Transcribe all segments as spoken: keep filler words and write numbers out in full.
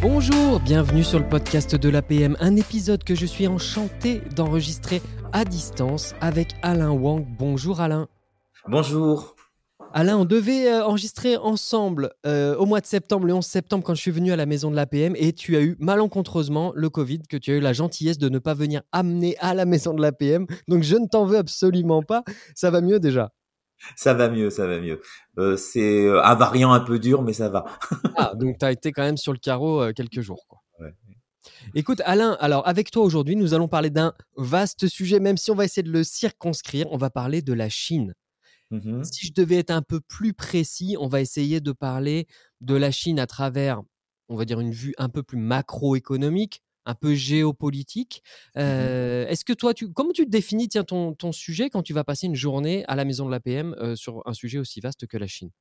Bonjour, bienvenue sur le podcast de l'A P M, un épisode que je suis enchanté d'enregistrer à distance avec Alain Wang. Bonjour Alain. Bonjour. Alain, on devait euh, enregistrer ensemble euh, au mois de septembre, le onze septembre, quand je suis venu à la maison de l'A P M, et tu as eu malencontreusement le Covid, que tu as eu la gentillesse de ne pas venir amener à la maison de l'A P M. Donc je ne t'en veux absolument pas, ça va mieux déjà. Ça va mieux, ça va mieux. Euh, c'est un variant un peu dur, mais ça va. Ah, donc tu as été quand même sur le carreau euh, quelques jours, quoi. Ouais. Écoute Alain, alors avec toi aujourd'hui, nous allons parler d'un vaste sujet, même si on va essayer de le circonscrire, on va parler de la Chine. Mhm. Si je devais être un peu plus précis, on va essayer de parler de la Chine à travers, on va dire, une vue un peu plus macroéconomique, un peu géopolitique. Mhm. Euh, est-ce que toi, tu, comment tu définis tiens, ton, ton sujet quand tu vas passer une journée à la maison de l'A P M euh, sur un sujet aussi vaste que la Chine?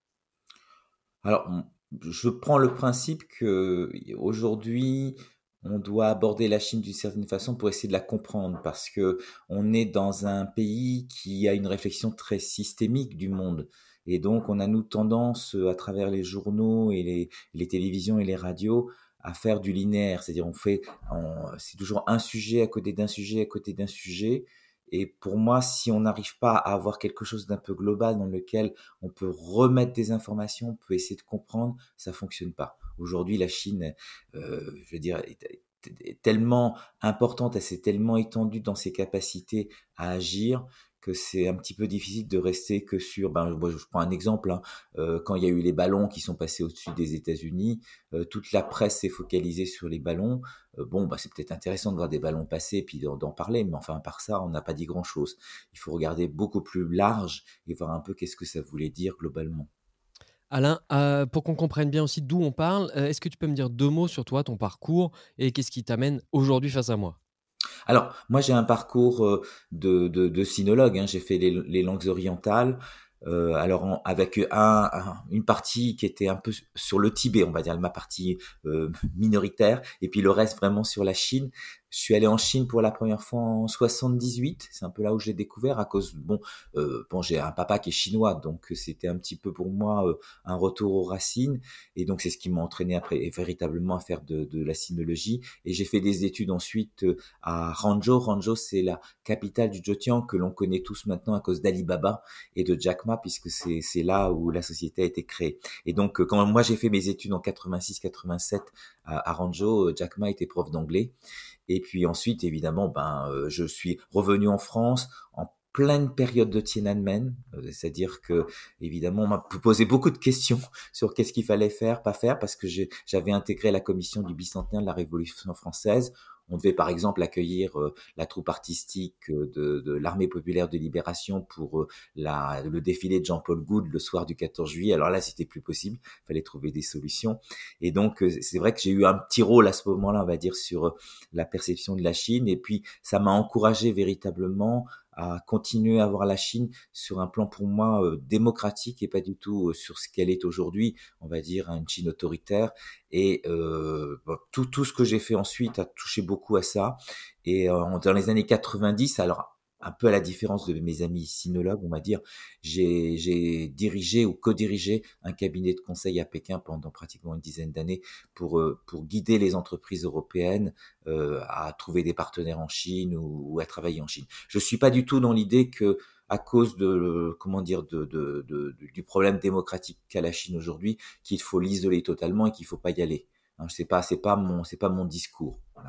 Alors, on- je prends le principe que aujourd'hui, on doit aborder la Chine d'une certaine façon pour essayer de la comprendre, parce que on est dans un pays qui a une réflexion très systémique du monde. Et donc, on a nous tendance, euh, à travers les journaux et les, les télévisions et les radios, à faire du linéaire. C'est-à-dire, on fait, on- c'est toujours un sujet à côté d'un sujet à côté d'un sujet. Et pour moi, si on n'arrive pas à avoir quelque chose d'un peu global dans lequel on peut remettre des informations, on peut essayer de comprendre, ça fonctionne pas. Aujourd'hui, la Chine, euh, je veux dire, est, est- est tellement importante, elle s'est tellement étendue dans ses capacités à agir que c'est un petit peu difficile de rester que sur, ben, moi, je prends un exemple, hein, euh, quand il y a eu les ballons qui sont passés au-dessus des États-Unis, euh, toute la presse s'est focalisée sur les ballons. Euh, bon, bah, c'est peut-être intéressant de voir des ballons passer et puis d'en, d'en parler, mais enfin, à part ça, on n'a pas dit grand-chose. Il faut regarder beaucoup plus large et voir un peu qu'est-ce que ça voulait dire globalement. Alain, euh, pour qu'on comprenne bien aussi d'où on parle, euh, est-ce que tu peux me dire deux mots sur toi, ton parcours, et qu'est-ce qui t'amène aujourd'hui face à moi? Alors, moi, j'ai un parcours euh, de, de, de sinologue, hein. J'ai fait les, les langues orientales, euh, alors en- avec un, un- une partie qui était un peu sur le Tibet, on va dire, ma partie euh, minoritaire, et puis le reste vraiment sur la Chine. Je suis allé en Chine pour la première fois en soixante-dix-huit. C'est un peu là où j'ai découvert à cause, bon, euh, bon, j'ai un papa qui est chinois, donc c'était un petit peu pour moi euh, un retour aux racines, et donc c'est ce qui m'a entraîné après et véritablement à faire de, de la sinologie. Et j'ai fait des études ensuite euh, à Hangzhou. Hangzhou, c'est la capitale du Zhejiang que l'on connaît tous maintenant à cause d'Alibaba et de Jack Ma, puisque c'est c'est là où la société a été créée. Et donc, euh, quand moi j'ai fait mes études en quatre-vingt-six quatre-vingt-sept à, à Hangzhou, euh, Jack Ma était prof d'anglais. Et puis ensuite, évidemment, ben, euh, je suis revenu en France en pleine période de Tiananmen, euh, c'est-à-dire que évidemment on m'a posé beaucoup de questions sur qu'est-ce qu'il fallait faire, pas faire, parce que j'ai- j'avais intégré la commission du bicentenaire de la Révolution française. On devait par exemple accueillir euh, la troupe artistique euh, de, de l'armée populaire de libération pour euh, la, le défilé de Jean-Paul Goude le soir du quatorze juillet. Alors là, c'était plus possible, il fallait trouver des solutions. Et donc, euh, c'est vrai que j'ai eu un petit rôle à ce moment-là, on va dire, sur euh, la perception de la Chine. Et puis, ça m'a encouragé véritablement à continuer à voir la Chine sur un plan pour moi euh, démocratique et pas du tout euh, sur ce qu'elle est aujourd'hui, on va dire une Chine autoritaire. Et euh, bon, tout, tout ce que j'ai fait ensuite a touché beaucoup à ça. Et euh, dans les années quatre-vingt-dix, alors un peu à la différence de mes amis sinologues, on va dire, j'ai, j'ai dirigé ou co-dirigé un cabinet de conseil à Pékin pendant pratiquement une dizaine d'années pour, euh, pour guider les entreprises européennes euh, à trouver des partenaires en Chine ou, ou à travailler en Chine. Je suis pas du tout dans l'idée que à cause de comment dire de, de, de, de du problème démocratique qu'a la Chine aujourd'hui, qu'il faut l'isoler totalement et qu'il faut pas y aller. Hein, c'est pas c'est pas mon c'est pas mon discours. Voilà.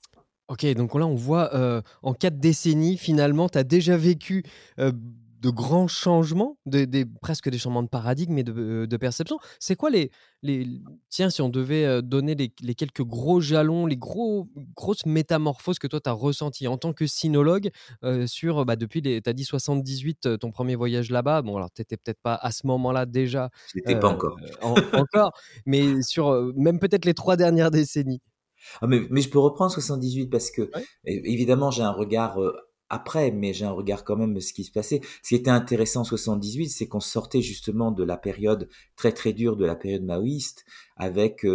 Ok, donc là, on voit euh, en quatre décennies, finalement, tu as déjà vécu euh, de grands changements, de- des, presque des changements de paradigme et de, euh, de perception. C'est quoi les, les... Tiens, si on devait euh, donner les, les quelques gros jalons, les gros, grosses métamorphoses que toi, tu as ressenties en tant que sinologue euh, sur, bah, depuis, tu as dit soixante-dix-huit, euh, ton premier voyage là-bas. Bon, alors, tu n'étais peut-être pas à ce moment-là déjà Je l'étais pas euh, encore. en- encore, mais sur euh, même peut-être les trois dernières décennies. Ah, mais, mais je peux reprendre soixante-dix-huit parce que Ouais. é- évidemment j'ai un regard euh, après, mais j'ai un regard quand même de ce qui se passait. Ce qui était intéressant en soixante-dix-huit, c'est qu'on sortait justement de la période très très dure de la période maoïste avec euh,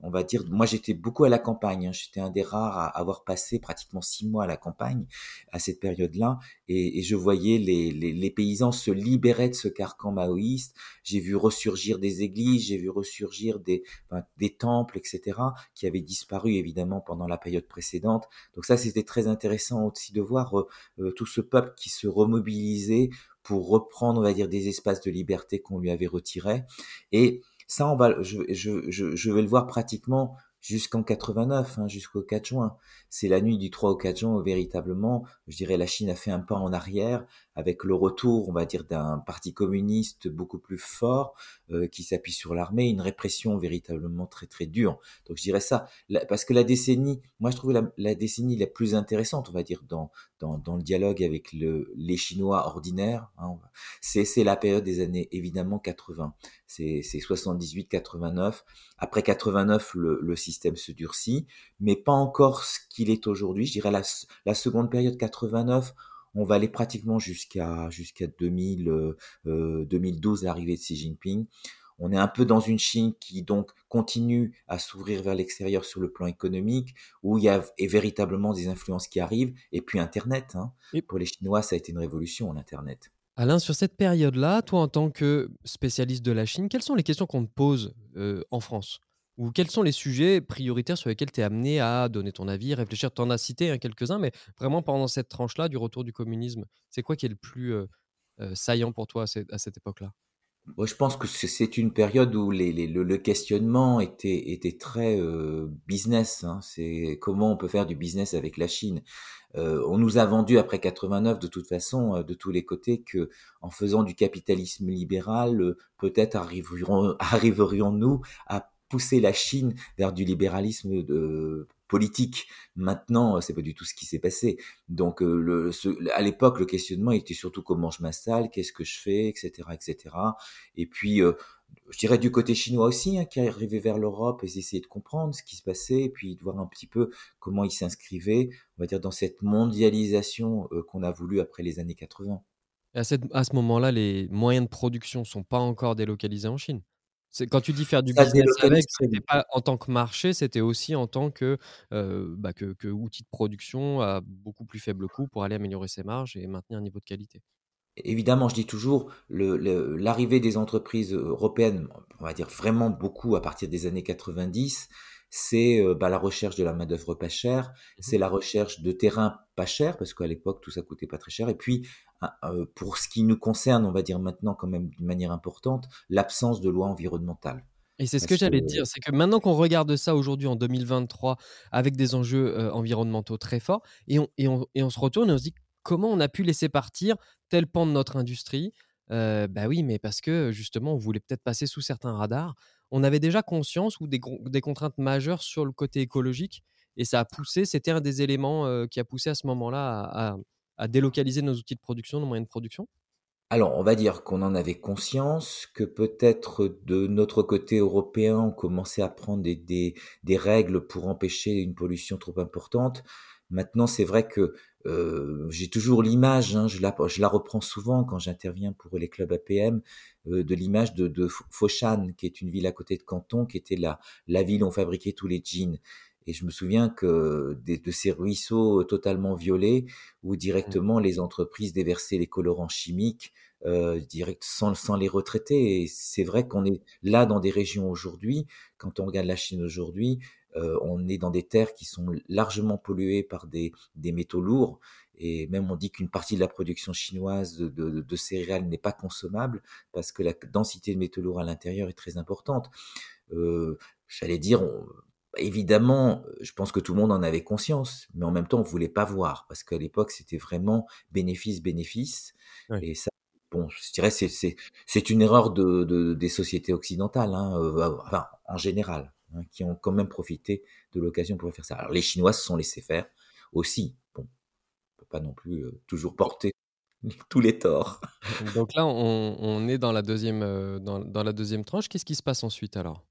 on va dire, moi j'étais beaucoup à la campagne, hein. J'étais un des rares à avoir passé pratiquement six mois à la campagne à cette période-là, et, et je voyais les, les, les paysans se libérer de ce carcan maoïste. J'ai vu ressurgir des églises, j'ai vu ressurgir des, enfin, des temples, et cetera, qui avaient disparu évidemment pendant la période précédente. Donc ça, c'était très intéressant aussi de voir euh, euh, tout ce peuple qui se remobilisait pour reprendre, on va dire, des espaces de liberté qu'on lui avait retirés. Et ça, on va, je, je, je, je vais le voir pratiquement jusqu'en quatre-vingt-neuf, hein, jusqu'au quatre juin. C'est la nuit du trois au quatre juin où véritablement, je dirais, la Chine a fait un pas en arrière avec le retour, on va dire, d'un parti communiste beaucoup plus fort euh, qui s'appuie sur l'armée, une répression véritablement très très dure. Donc je dirais ça, la, parce que la décennie, moi je trouve la, la décennie la plus intéressante, on va dire, dans dans, dans le dialogue avec le, les Chinois ordinaires, hein, c'est c'est la période des années évidemment quatre-vingts. C'est c'est soixante-dix-huit quatre-vingt-neuf. Après quatre-vingt-neuf, le, le système se durcit, mais pas encore ce qu'il est aujourd'hui. Je dirais la, la seconde période quatre-vingt-neuf, on va aller pratiquement jusqu'à jusqu'à deux mille, euh, deux mille douze, l'arrivée de Xi Jinping. On est un peu dans une Chine qui donc continue à s'ouvrir vers l'extérieur sur le plan économique, où il y a et véritablement des influences qui arrivent, et puis Internet. Hein. Et Pour les Chinois, ça a été une révolution, l'Internet. Alain, sur cette période-là, toi, en tant que spécialiste de la Chine, quelles sont les questions qu'on te pose euh, en France? Ou quels sont les sujets prioritaires sur lesquels tu es amené à donner ton avis, réfléchir? Tu en as cité hein, quelques-uns, mais vraiment pendant cette tranche-là du retour du communisme, c'est quoi qui est le plus euh, euh, saillant pour toi à cette, à cette époque-là? Moi, je pense que c'est c'est une période où les, les- le, le questionnement était, était très euh, business. Hein. C'est comment on peut faire du business avec la Chine. Euh, on nous a vendu après quatre-vingt-neuf de toute façon, euh, de tous les côtés, que en faisant du capitalisme libéral, euh, peut-être arriverions, arriverions-nous à pousser la Chine vers du libéralisme de, politique. Maintenant, euh, c'est pas du tout ce qui s'est passé. Donc, euh, le, ce, à l'époque, le questionnement était surtout comment je m'installe, qu'est-ce que je fais, et cetera, et cetera. Et puis, euh, je dirais du côté chinois aussi, hein, qui arrivait vers l'Europe et essayer de comprendre ce qui se passait, et puis de voir un petit peu comment ils s'inscrivaient, on va dire, dans cette mondialisation euh, qu'on a voulu après les années quatre-vingts. Et à, cette- à ce moment-là, les moyens de production sont pas encore délocalisés en Chine. C'est, quand tu dis faire du Ça business délocalise avec, très c'était vite. pas en tant que marché, c'était aussi en tant que, euh, bah, que, que outil de production à beaucoup plus faible coût pour aller améliorer ses marges et maintenir un niveau de qualité. Évidemment, je dis toujours, le, le- l'arrivée des entreprises européennes, on va dire vraiment beaucoup à partir des années quatre-vingt-dix, c'est euh, bah, la recherche de la main-d'œuvre pas chère, Mhm. c'est la recherche de terrains pas chers, parce qu'à l'époque, tout ça coûtait pas très cher. Et puis, hein, euh, pour ce qui nous concerne, on va dire maintenant quand même d'une manière importante, l'absence de loi environnementale. Et c'est ce que Parce que j'allais te dire, c'est que maintenant qu'on regarde ça aujourd'hui en deux mille vingt-trois avec des enjeux euh, environnementaux très forts, et on, et, on, et on se retourne et on se dit comment on a pu laisser partir tel pan de notre industrie. Euh, bah oui, mais parce que justement, on voulait peut-être passer sous certains radars. On avait déjà conscience ou des, gro- des contraintes majeures sur le côté écologique, et ça a poussé, c'était un des éléments euh, qui a poussé à ce moment-là à, à- à délocaliser nos outils de production, nos moyens de production. Alors, on va dire qu'on en avait conscience, que peut-être de notre côté européen, on commençait à prendre des, des, des règles pour empêcher une pollution trop importante. Maintenant, c'est vrai que euh, j'ai toujours l'image, hein, je, la, je la reprends souvent quand j'interviens pour les clubs A P M, euh, de l'image de, de Foshan, qui est une ville à côté de Canton, qui était la, la ville où on fabriquait tous les jeans. Et je me souviens que des- de ces ruisseaux totalement violets, où Mm. directement les entreprises déversaient les colorants chimiques euh, direct sans, sans les retraités. Et c'est vrai qu'on est là dans des régions aujourd'hui, quand on regarde la Chine aujourd'hui, euh, on est dans des terres qui sont largement polluées par des, des métaux lourds. Et même on dit qu'une partie de la production chinoise de, de, de céréales n'est pas consommable parce que la densité de métaux lourds à l'intérieur est très importante. Euh, J'allais dire, on- évidemment, je pense que tout le monde en avait conscience, mais en même temps, on voulait pas voir parce qu'à l'époque, c'était vraiment bénéfice-bénéfice. Ouais. Et ça, bon, je dirais, c'est c'est c'est une erreur de, de des sociétés occidentales, hein, euh, enfin en général, hein, qui ont quand même profité de l'occasion pour faire ça. Alors les Chinois se sont laissés faire aussi. Bon, on peut pas non plus euh, toujours porter tous les torts. Donc là, on, on est dans la deuxième, euh, dans, dans la deuxième tranche. Qu'est-ce qui se passe ensuite alors?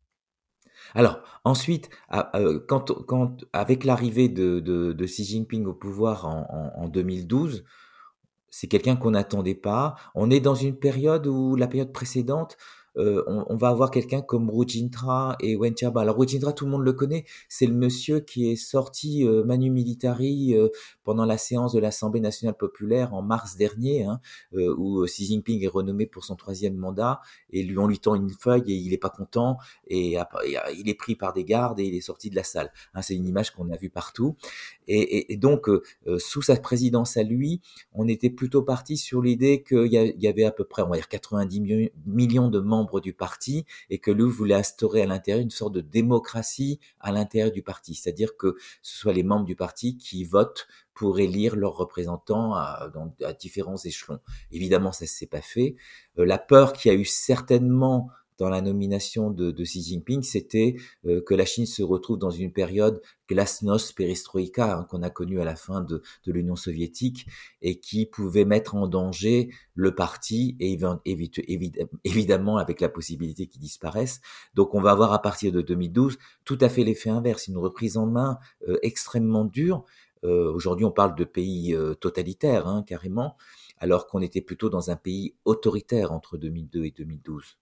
Alors, ensuite, à- euh, quand, quand, avec l'arrivée de, de, de Xi Jinping au pouvoir en, en, en deux mille douze, c'est quelqu'un qu'on n'attendait pas. On est dans une période où la période précédente, euh, on, on va avoir quelqu'un comme Rujindra et Wenchaba. Alors Rujindra, tout le monde le connaît, c'est le monsieur qui est sorti euh, Manu Militari euh, pendant la séance de l'Assemblée nationale populaire en mars dernier, hein, euh, où Xi Jinping est renommé pour son troisième mandat, et lui on lui tend une feuille et il est pas content, et, et il est pris par des gardes et il est sorti de la salle. Hein, c'est une image qu'on a vue partout. Et, et, et donc, euh, sous sa présidence à lui, on était plutôt parti sur l'idée qu'il y, y avait à peu près, on va dire, quatre-vingt-dix millions de membres du parti et que lui voulait instaurer à l'intérieur une sorte de démocratie à l'intérieur du parti. C'est-à-dire que ce soit les membres du parti qui votent pour élire leurs représentants à, dans, à différents échelons. Évidemment, ça ne s'est pas fait. Euh, la peur qu'il y a eu certainement dans la nomination de, de Xi Jinping, c'était euh, que la Chine se retrouve dans une période glasnost perestroïka, hein, qu'on a connue à la fin de, de l'Union soviétique et qui pouvait mettre en danger le parti et évite, évite, évidemment avec la possibilité qu'il disparaisse. Donc on va avoir à partir de deux mille douze tout à fait l'effet inverse, une reprise en main euh, extrêmement dure. Euh, aujourd'hui on parle de pays euh, totalitaires, hein, carrément, alors qu'on était plutôt dans un pays autoritaire entre deux mille deux et deux mille douze.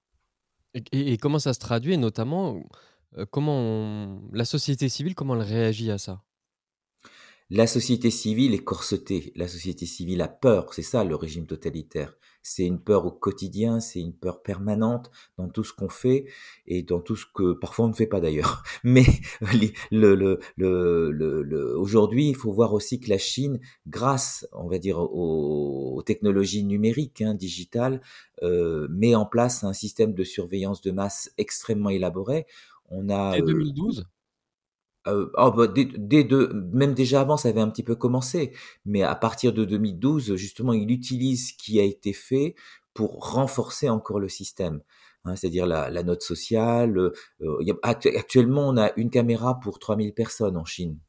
Et, et- et comment ça se traduit, et notamment, euh, comment on- la société civile, comment elle réagit à ça? La société civile est corsetée, la société civile a peur, c'est ça le régime totalitaire. C'est une peur au quotidien, c'est une peur permanente dans tout ce qu'on fait et dans tout ce que parfois on ne fait pas d'ailleurs. Mais le, le, le, le, le- aujourd'hui, il faut voir aussi que la Chine, grâce, on va dire, aux, aux technologies numériques, hein, digitales, euh, met en place un système de surveillance de masse extrêmement élaboré. On a Dès euh, deux mille douze? Heu, oh bah, dès dès de même déjà avant, ça avait un petit peu commencé, mais à partir de deux mille douze, justement, il utilise ce qui a été fait pour renforcer encore le système, hein. C'est-à-dire la la note sociale, heu, heu, il y a actu actuellement, on a une caméra pour trois mille personnes en Chine,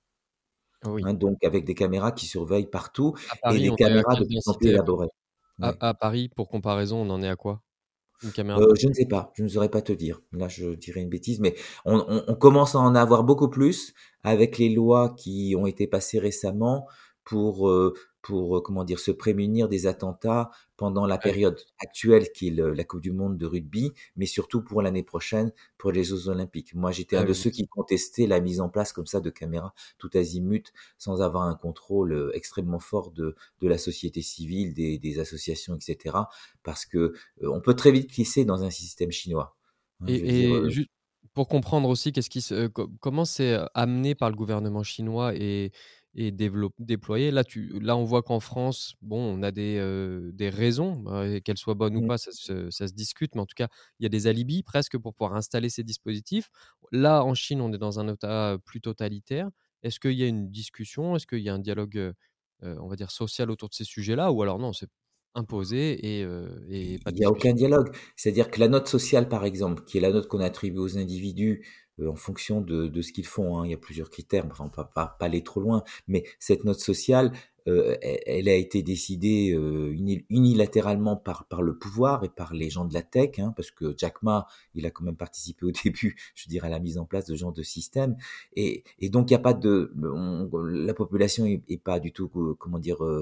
Ah oui. hein, donc avec des caméras qui surveillent partout À et Paris, des on est à caméras de quelle plus en plus densité à peu élaborées. à, Ouais. à Paris, pour comparaison, on en est à quoi? Une caméra Heu, par je ne sais pas, je ne saurais pas te dire. Là, je dirais une bêtise, mais on on on commence à en avoir beaucoup plus avec les lois qui ont été passées récemment pour, heu, pour, heu, comment dire? Se prémunir des attentats pendant la ouais. période actuelle qui est le la coupe du monde de rugby, mais surtout pour l'année prochaine, pour les jeux olympiques. Moi, j'étais un Ah de oui. ceux qui contestaient la mise en place comme ça de caméras tout azimut, sans avoir un contrôle, heu, extrêmement fort de de la société civile, des des associations et cetera. Parce que, heu, on peut très vite glisser dans un système chinois. Hein, je veux dire, Et, et heu, juste pour comprendre aussi, qu'est-ce qui se, euh, co- comment c'est euh, amené par le gouvernement chinois et, et développe- déployé. Là, tu, là, on voit qu'en France, bon, on a des, euh, des raisons, euh, et qu'elles soient bonnes ou mmh, pas, ça se, ça se discute, mais en tout cas, il y a des alibis presque pour pouvoir installer ces dispositifs. Là, en Chine, on est dans un état plus totalitaire. Est-ce qu'il y a une discussion? Est-ce qu'il y a un dialogue, euh, euh, on va dire, social autour de ces sujets-là? Ou alors non, c'est imposé et, euh, et pas il de y a aucun discussion? dialogue. C'est-à-dire que la note sociale, par exemple, qui est la note qu'on attribue aux individus, heu, en fonction de de ce qu'ils font, hein, il y a plusieurs critères, enfin, on va pas pas aller trop loin, mais cette note sociale, heu, elle elle a été décidée, heu, uni unilatéralement par par le pouvoir et par les gens de la tech, hein, parce que Jack Ma, il a quand même participé au début, je dirais, à la mise en place de ce genre de système et et donc il y a pas de on la population est est pas du tout, co comment dire, heu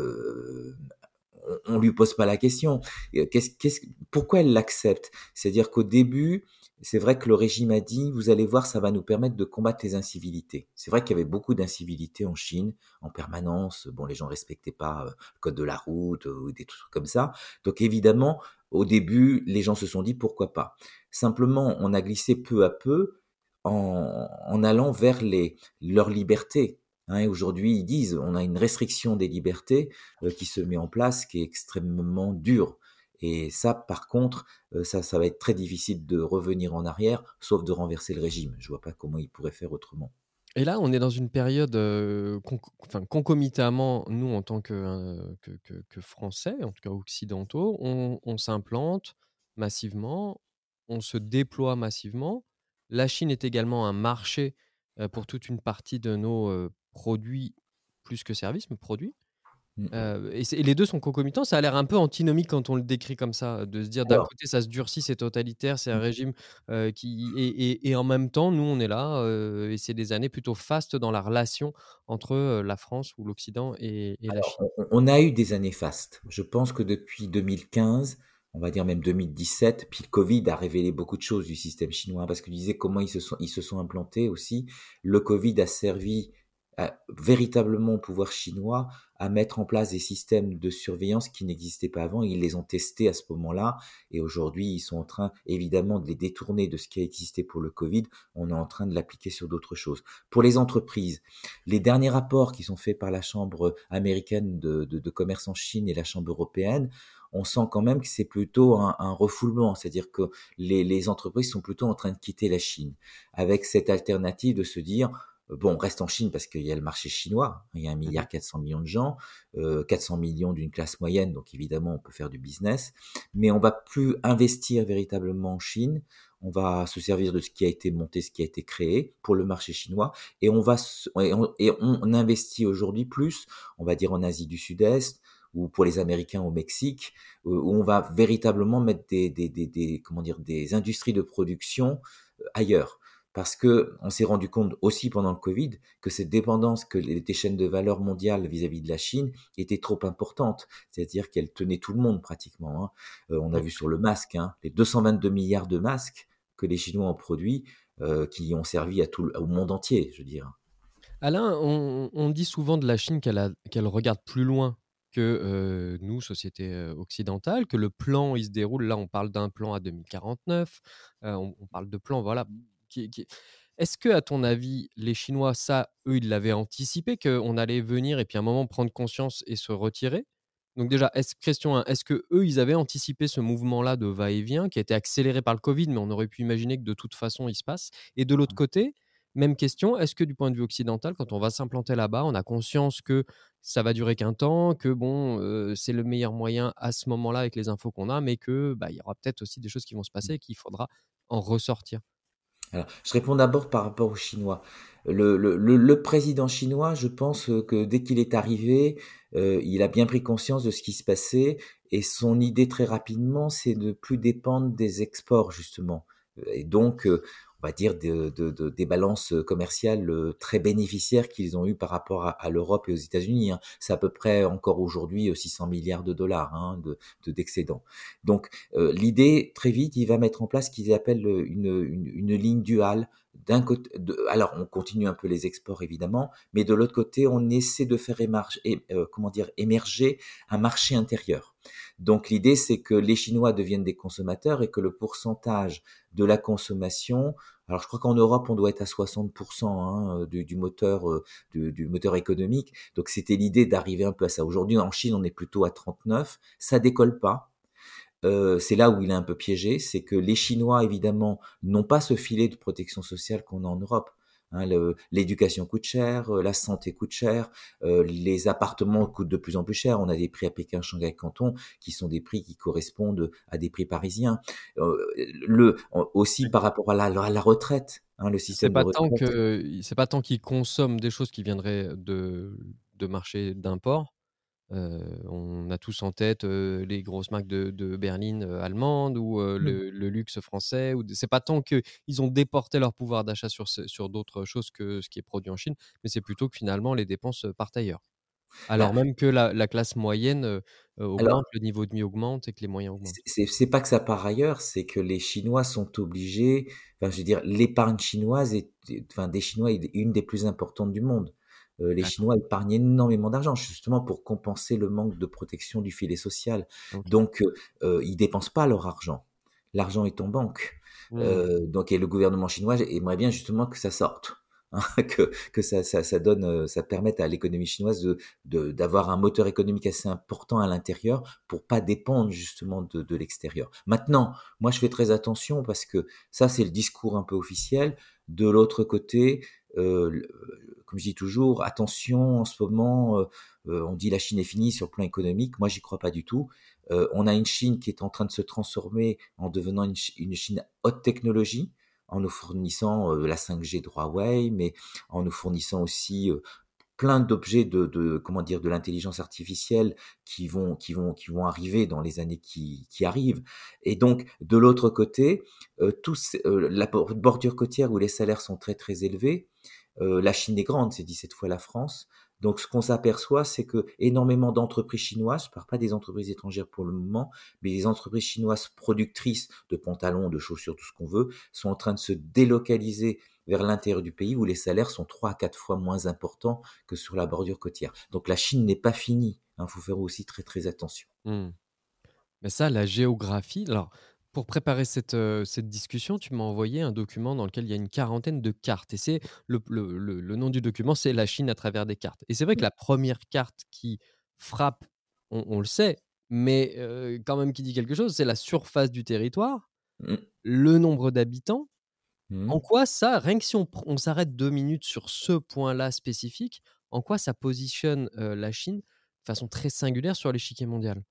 heu on, on lui pose pas la question. Qu'est-ce, qu'est-ce, pourquoi elle l'accepte? C'est-à-dire qu'au début, c'est vrai que le régime a dit, vous allez voir, ça va nous permettre de combattre les incivilités. C'est vrai qu'il y avait beaucoup d'incivilités en Chine, en permanence. Bon, les gens respectaient pas euh, le code de la route euh, ou des trucs comme ça. Donc évidemment, au début, les gens se sont dit, pourquoi pas? Simplement, on a glissé peu à peu en, en allant vers les, leur liberté. Hein, aujourd'hui, ils disent, on a une restriction des libertés euh, qui se met en place, qui est extrêmement dur. Et ça, par contre, euh, ça, ça va être très difficile de revenir en arrière, sauf de renverser le régime. Je vois pas comment ils pourraient faire autrement. Et là, on est dans une période, heu, conc enfin, concomitamment, nous, en tant que, heu, que que que Français, en tout cas occidentaux, on on s'implante massivement, on se déploie massivement. La Chine est également un marché, heu, pour toute une partie de nos, heu, produits, plus que services, mais produits. Mm. Heu et c'est et les deux sont concomitants. Ça a l'air un peu antinomique quand on le décrit comme ça, de se dire d'un Alors, côté ça se durcit, c'est totalitaire, c'est un mm, régime, heu, qui et et et en même temps, nous on est là, heu et c'est des années plutôt fastes dans la relation entre, heu, la France ou l'Occident et et la Chine. on, on a eu des années fastes. Je pense que depuis deux mille quinze, on va dire même deux mille dix-sept, puis le Covid a révélé beaucoup de choses du système chinois, parce que je disais comment ils se sont, ils se sont implantés aussi. Le Covid a servi à, véritablement au pouvoir chinois à mettre en place des systèmes de surveillance qui n'existaient pas avant. Ils les ont testés à ce moment-là, et aujourd'hui, ils sont en train, évidemment, de les détourner de ce qui a existé pour le Covid. On est en train de l'appliquer sur d'autres choses. Pour les entreprises, les derniers rapports qui sont faits par la Chambre américaine de, de, de commerce en Chine et la Chambre européenne, on sent quand même que c'est plutôt un, un refoulement, c'est-à-dire que les, les entreprises sont plutôt en train de quitter la Chine, avec cette alternative de se dire, euh, bon, on reste en Chine parce qu'il y a le marché chinois, il y a un milliard quatre cents millions de gens, euh, quatre cents millions d'une classe moyenne, donc évidemment on peut faire du business, mais on va plus investir véritablement en Chine, on va se servir de ce qui a été monté, ce qui a été créé pour le marché chinois, et on va et on, et on investit aujourd'hui plus, on va dire en Asie du Sud-Est, ou pour les Américains au Mexique, où on va véritablement mettre des, des, des, des comment dire, des industries de production ailleurs. Parce que on s'est rendu compte aussi pendant le Covid que cette dépendance que les chaînes de valeur mondiales vis-à-vis de la Chine était trop importante. C'est-à-dire qu'elle tenait tout le monde pratiquement. Hein. Euh, on a Ouais. vu sur le masque, hein, les deux cent vingt-deux milliards de masques que les Chinois ont produits, euh, qui ont servi à tout le, au monde entier, je veux dire. Alain, on, on dit souvent de la Chine qu'elle a- qu'elle regarde plus loin que euh, nous, société euh, occidentale, que le plan, il se déroule. Là, on parle d'un plan à deux mille quarante-neuf. euh, on, on parle de plan, voilà. Qui, qui- Est-ce que, à ton avis, les Chinois, ça, eux, ils l'avaient anticipé, qu'on allait venir et puis à un moment prendre conscience et se retirer? Donc déjà, est-ce, question un, est-ce que eux, ils avaient anticipé ce mouvement-là de va-et-vient qui a été accéléré par le Covid, mais on aurait pu imaginer que de toute façon, il se passe? Et de l'autre côté, même question, est-ce que du point de vue occidental, quand on va s'implanter là-bas, on a conscience que ça va durer qu'un temps, que bon, euh, c'est le meilleur moyen à ce moment-là avec les infos qu'on a, mais que bah, il y aura peut-être aussi des choses qui vont se passer et qu'il faudra en ressortir. Alors, je réponds d'abord par rapport aux Chinois. Le, le, le, le président chinois, je pense que dès qu'il est arrivé, euh, il a bien pris conscience de ce qui se passait et son idée très rapidement, c'est de plus dépendre des exports justement. Et donc, euh, on va dire de, de, de- des balances commerciales euh, très bénéficiaires qu'ils ont eues par rapport à, à l'Europe et aux États-Unis. Hein. C'est à peu près encore aujourd'hui euh, six cents milliards de dollars hein, de, de, d'excédents. Donc, euh, l'idée, très vite, il va mettre en place ce qu'ils appellent une, une, une ligne duale. D'un côté, de, alors on continue un peu les exports évidemment, mais de l'autre côté, on essaie de faire émarger, euh, comment dire, émerger un marché intérieur. Donc l'idée, c'est que les Chinois deviennent des consommateurs et que le pourcentage de la consommation, alors je crois qu'en Europe, on doit être à soixante pour cent hein, du, du moteur, euh, du, du moteur économique. Donc c'était l'idée d'arriver un peu à ça. Aujourd'hui, en Chine, on est plutôt à trente-neuf. Ça décolle pas. Euh, c'est là où il est un peu piégé, c'est que les Chinois, évidemment, n'ont pas ce filet de protection sociale qu'on a en Europe. Hein, le- l'éducation coûte cher, euh, la santé coûte cher, euh, les appartements coûtent de plus en plus cher. On a des prix à Pékin, Shanghai, Canton qui sont des prix qui correspondent à des prix parisiens. Euh, le, aussi Ouais. par rapport à la, à la retraite, hein, le C'est système de pas tant retraite. que c'est pas tant qu'ils consomment des choses qui viendraient de, de marchés d'import. Euh, on a tous en tête euh, les grosses marques de, de berline euh, allemandes ou euh, Hmm. le, le luxe français. Ou c'est pas tant qu'ils ont déporté leur pouvoir d'achat sur, ce- sur d'autres choses que ce qui est produit en Chine, mais c'est plutôt que finalement les dépenses euh, partent ailleurs. Ben, Alors même que la, la classe moyenne euh, euh, alors, augmente, le niveau de vie augmente et que les moyens augmentent. c'est c'est pas que ça part ailleurs, c'est que les Chinois sont obligés, enfin je veux dire, l'épargne chinoise est, enfin des Chinois est une des plus importantes du monde. Euh, les D'accord. Chinois épargnent énormément d'argent, justement pour compenser le manque de protection du filet social. Ok. Donc euh, euh, ils dépensent pas leur argent. L'argent est en banque. Hmm. Euh, donc et le gouvernement chinois aimerait bien justement que ça sorte. Hein, que, que ça, ça, ça donne, euh, ça permette à l'économie chinoise de, de, d'avoir un moteur économique assez important à l'intérieur pour pas dépendre justement de, de l'extérieur. Maintenant, moi je fais très attention parce que ça c'est le discours un peu officiel. De l'autre côté, euh, comme je dis toujours, attention en ce moment, euh, euh, on dit la Chine est finie sur le plan économique. Moi j'y crois pas du tout. Euh, on a une Chine qui est en train de se transformer en devenant une, une Chine haute technologie en nous fournissant euh, la cinq G de Huawei, mais en nous fournissant aussi euh, plein d'objets de, de comment dire de l'intelligence artificielle qui vont qui vont qui vont arriver dans les années qui, qui arrivent. Et donc de l'autre côté, euh, tous euh, la bordure côtière où les salaires sont très très élevés. Euh, la Chine est grande, c'est dix-sept fois la France. Donc, ce qu'on s'aperçoit, c'est que énormément d'entreprises chinoises, je ne parle pas des entreprises étrangères pour le moment, mais les entreprises chinoises productrices de pantalons, de chaussures, tout ce qu'on veut, sont en train de se délocaliser vers l'intérieur du pays où les salaires sont trois à quatre fois moins importants que sur la bordure côtière. Donc, la Chine n'est pas finie. Il faut faire aussi très, très attention. Mmh. Mais ça, la géographie. Alors, pour préparer cette, euh, cette discussion, tu m'as envoyé un document dans lequel il y a une quarantaine de cartes. Et c'est le, le- le- le nom du document, c'est la Chine à travers des cartes. Et c'est vrai que la première carte qui frappe, on, on le sait, mais euh, quand même qui dit quelque chose, c'est la surface du territoire, Mmh. le nombre d'habitants. Mmh. En quoi ça, rien que si on, pr- on s'arrête deux minutes sur ce point-là spécifique, en quoi ça positionne euh, la Chine de façon très singulière sur l'échiquier mondial?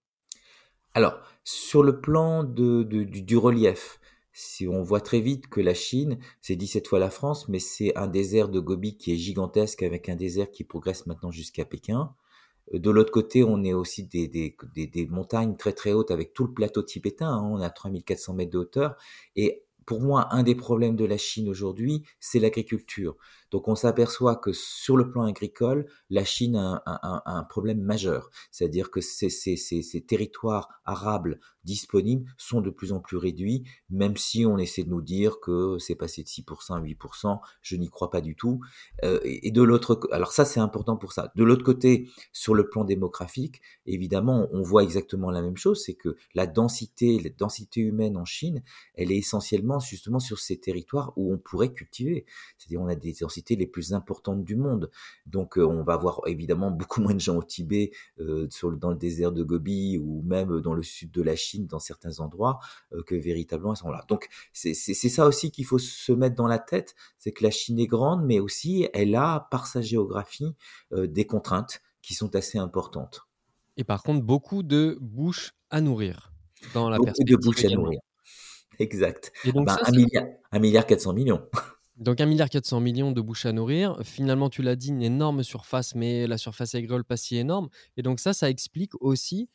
Alors, sur le plan de, de- du, du relief, si on voit très vite que la Chine, c'est dix-sept fois la France, mais c'est un désert de Gobi qui est gigantesque avec un désert qui progresse maintenant jusqu'à Pékin. Euh, De l'autre côté, on est aussi des, des, des, des montagnes très très hautes avec tout le plateau tibétain, hein, on a trois mille quatre cents mètres de hauteur. Et pour moi, un des problèmes de la Chine aujourd'hui, c'est l'agriculture. Donc on s'aperçoit que sur le plan agricole, la Chine a un, un- un problème majeur. C'est-à-dire que ces, ces, ces, ces territoires arables disponibles sont de plus en plus réduits, même si on essaie de nous dire que c'est passé de six pour cent à huit pour cent, je n'y crois pas du tout. Euh, et et de l'autre, alors ça c'est important pour ça. De l'autre côté, sur le plan démographique, évidemment, on voit exactement la même chose, c'est que la densité, la densité humaine en Chine, elle est essentiellement justement sur ces territoires où on pourrait cultiver. C'est-à-dire, on a des densités les plus importantes du monde. Donc, euh, on va avoir évidemment beaucoup moins de gens au Tibet, euh, sur le, dans le désert de Gobi ou même dans le sud de la Chine, dans certains endroits, euh, que véritablement ils sont là. Donc, c'est c'est- c'est ça aussi qu'il faut se mettre dans la tête, c'est que la Chine est grande, mais aussi elle a, par sa géographie, euh, des contraintes qui sont assez importantes. Et par contre, beaucoup de bouches à nourrir dans la Beaucoup de perspective bouches à également. nourrir. Exact. Et Ah donc ben, ça, un c'est milliard, un milliard quatre cents millions. donc un milliard quatre cents millions de bouches à nourrir. Finalement, tu l'as dit, une énorme surface, mais la surface agricole pas si énorme. Et donc ça, ça explique aussi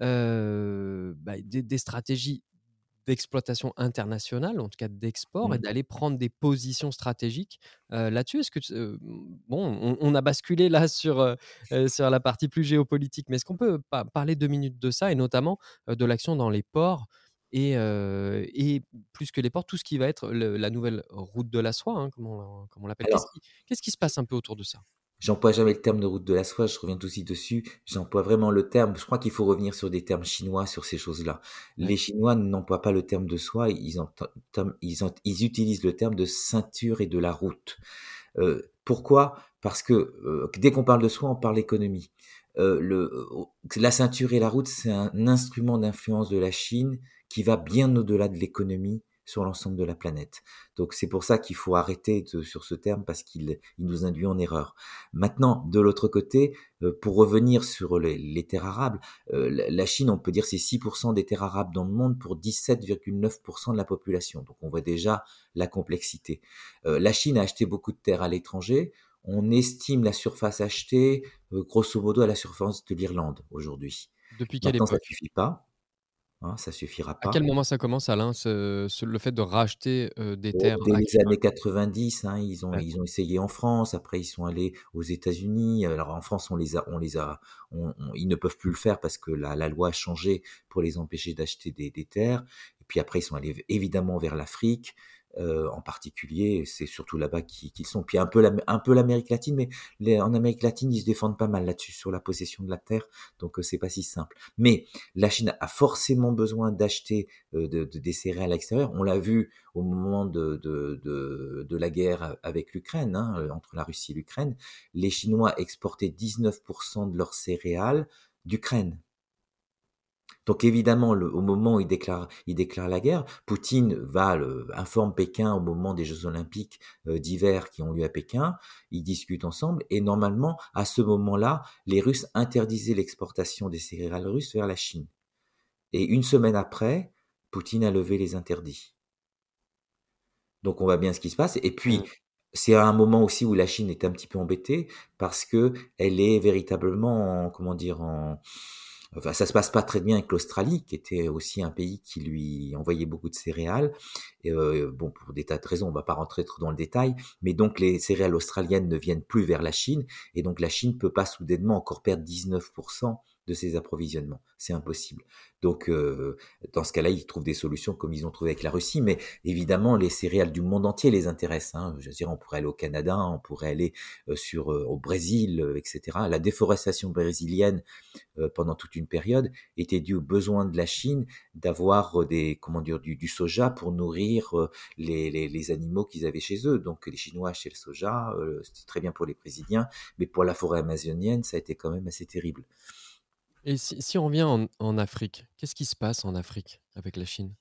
euh, bah, des, des stratégies d'exploitation internationale, en tout cas d'export, et Mm. d'aller prendre des positions stratégiques euh, là-dessus. Est-ce que tu- euh, bon, on, on a basculé là sur euh, euh, sur la partie plus géopolitique, mais est-ce qu'on peut pas parler deux minutes de ça et notamment euh, de l'action dans les ports et, euh, et plus que les ports, tout ce qui va être le- la nouvelle route de la soie, hein, comme on, comme on l'appelle. Qu'est-ce Alors, qui, qu'est-ce qui se passe un peu autour de ça? j'emploie jamais le terme de route de la soie, je reviens tout de suite dessus. J'emploie vraiment le terme. Je crois qu'il faut revenir sur des termes chinois sur ces choses-là. Ouais. Les Chinois n'emploient pas le terme de soie, ils, ent- ils, ont- ils utilisent le terme de ceinture et de la route. Euh, pourquoi? Parce que euh, dès qu'on parle de soie, on parle économie. Euh, le, euh, la ceinture et la route, c'est un instrument d'influence de la Chine qui va bien au-delà de l'économie sur l'ensemble de la planète. Donc c'est pour ça qu'il faut arrêter de, sur ce terme parce qu'il il nous induit en erreur. Maintenant, de l'autre côté, euh, pour revenir sur les, les terres arables, euh, la, la Chine, on peut dire c'est six pour cent des terres arabes dans le monde pour dix-sept virgule neuf pour cent de la population. Donc on voit déjà la complexité. Euh, la Chine a acheté beaucoup de terres à l'étranger. On estime la surface achetée, euh, grosso modo, à la surface de l'Irlande aujourd'hui. Depuis quelle Maintenant, ça époque? suffit pas, hein, ça suffira À quel pas. moment ça commence, Alain, ce- ce- le fait de racheter euh, des Bon, terres dès les agricoles? années quatre-vingt-dix, hein, ils ont ils D'accord. ont essayé en France. Après, ils sont allés aux États-Unis. Alors en France, on les a on les a on, on- ils ne peuvent plus le faire parce que la, la loi a changé pour les empêcher d'acheter des, des terres. Et puis après, ils sont allés évidemment vers l'Afrique. Euh, en particulier, c'est surtout là-bas qu'ils qu'ils sont. Puis un peu la- un peu l'Amérique latine, mais les- en Amérique latine, ils se défendent pas mal là-dessus sur la possession de la terre, donc euh, c'est pas si simple. Mais la Chine a forcément besoin d'acheter euh, de, de- des céréales à l'extérieur. On l'a vu au moment de, de, de, de la guerre avec l'Ukraine, hein, euh, entre la Russie et l'Ukraine. Les Chinois exportaient dix-neuf pour cent de leurs céréales d'Ukraine. Donc évidemment, le, au moment où il déclare, il déclare la guerre, Poutine va le, informe Pékin au moment des Jeux Olympiques euh, d'hiver qui ont lieu à Pékin. Ils discutent ensemble et normalement, à ce moment-là, les Russes interdisaient l'exportation des céréales russes vers la Chine. Et une semaine après, Poutine a levé les interdits. Donc on voit bien ce qui se passe. Et Mm. puis, c'est à un moment aussi où la Chine est un petit peu embêtée parce que elle est véritablement en, comment dire, en, Enfin, ça se passe pas très bien avec l'Australie, qui était aussi un pays qui lui envoyait beaucoup de céréales. Et euh, bon, pour des tas de raisons, on va pas rentrer trop dans le détail, mais donc les céréales australiennes ne viennent plus vers la Chine, et donc la Chine peut pas soudainement encore perdre dix-neuf pour cent de ses approvisionnements. C'est impossible. Donc, euh, dans ce cas-là, ils trouvent des solutions comme ils ont trouvé avec la Russie, mais évidemment, les céréales du monde entier les intéressent. Hein. Je veux dire, on pourrait aller au Canada, on pourrait aller euh, sur euh, au Brésil, euh, et cetera. La déforestation brésilienne euh, pendant toute une période était due au besoin de la Chine d'avoir euh, des comment dire du, du soja pour nourrir euh, les, les, les animaux qu'ils avaient chez eux. Donc les Chinois achetaient le soja, euh, c'était très bien pour les Brésiliens, mais pour la forêt amazonienne, ça a été quand même assez terrible. Et si, si on revient en, en Afrique, qu'est-ce qui se passe en Afrique avec la Chine?